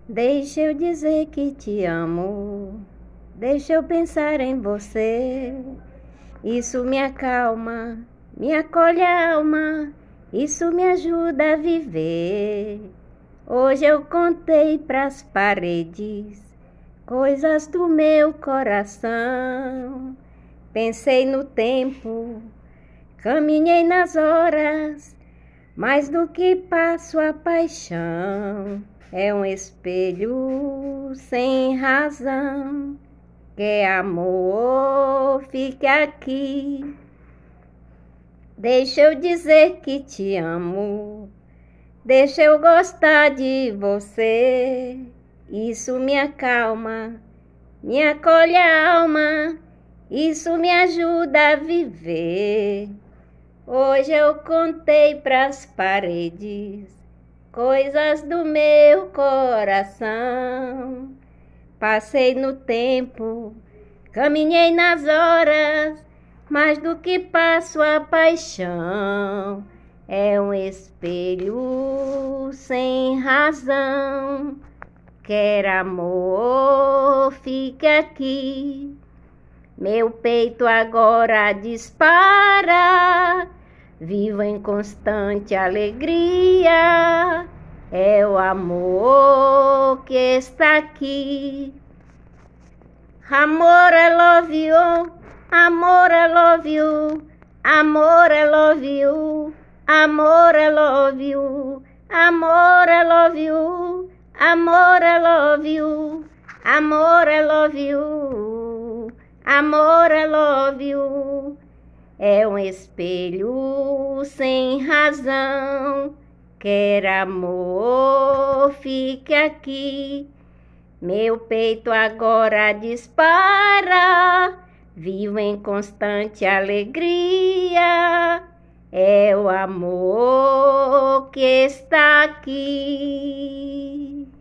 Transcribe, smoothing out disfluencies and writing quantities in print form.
Deixa eu dizer que te amo, deixa eu pensar em você. Isso me acalma, me acolhe a alma, isso me ajuda a viver. Hoje eu contei pras paredes coisas do meu coração. Pensei no tempo, caminhei nas horas, mais do que passo a paixão. É um espelho sem razão. Quer amor, fica aqui. Deixa eu dizer que te amo. Deixa eu gostar de você. Isso me acalma, me acolhe a alma. Isso me ajuda a viver. Hoje eu contei pras paredes coisas do meu coração. Passei no tempo, caminhei nas horas, mais do que passo a paixão. É um espelho sem razão. Quer amor, fica aqui. Meu peito agora dispara, vivo em constante alegria. É o amor que está aqui. Amor, I love you. Amor, I love you. Amor, I love you. Amor, I love you. Amor, I love you. Amor, I love you. Amor, I love you. Amor, I love you. É um espelho sem razão. Quer amor, fique aqui. Meu peito agora dispara, vivo em constante alegria. É o amor que está aqui.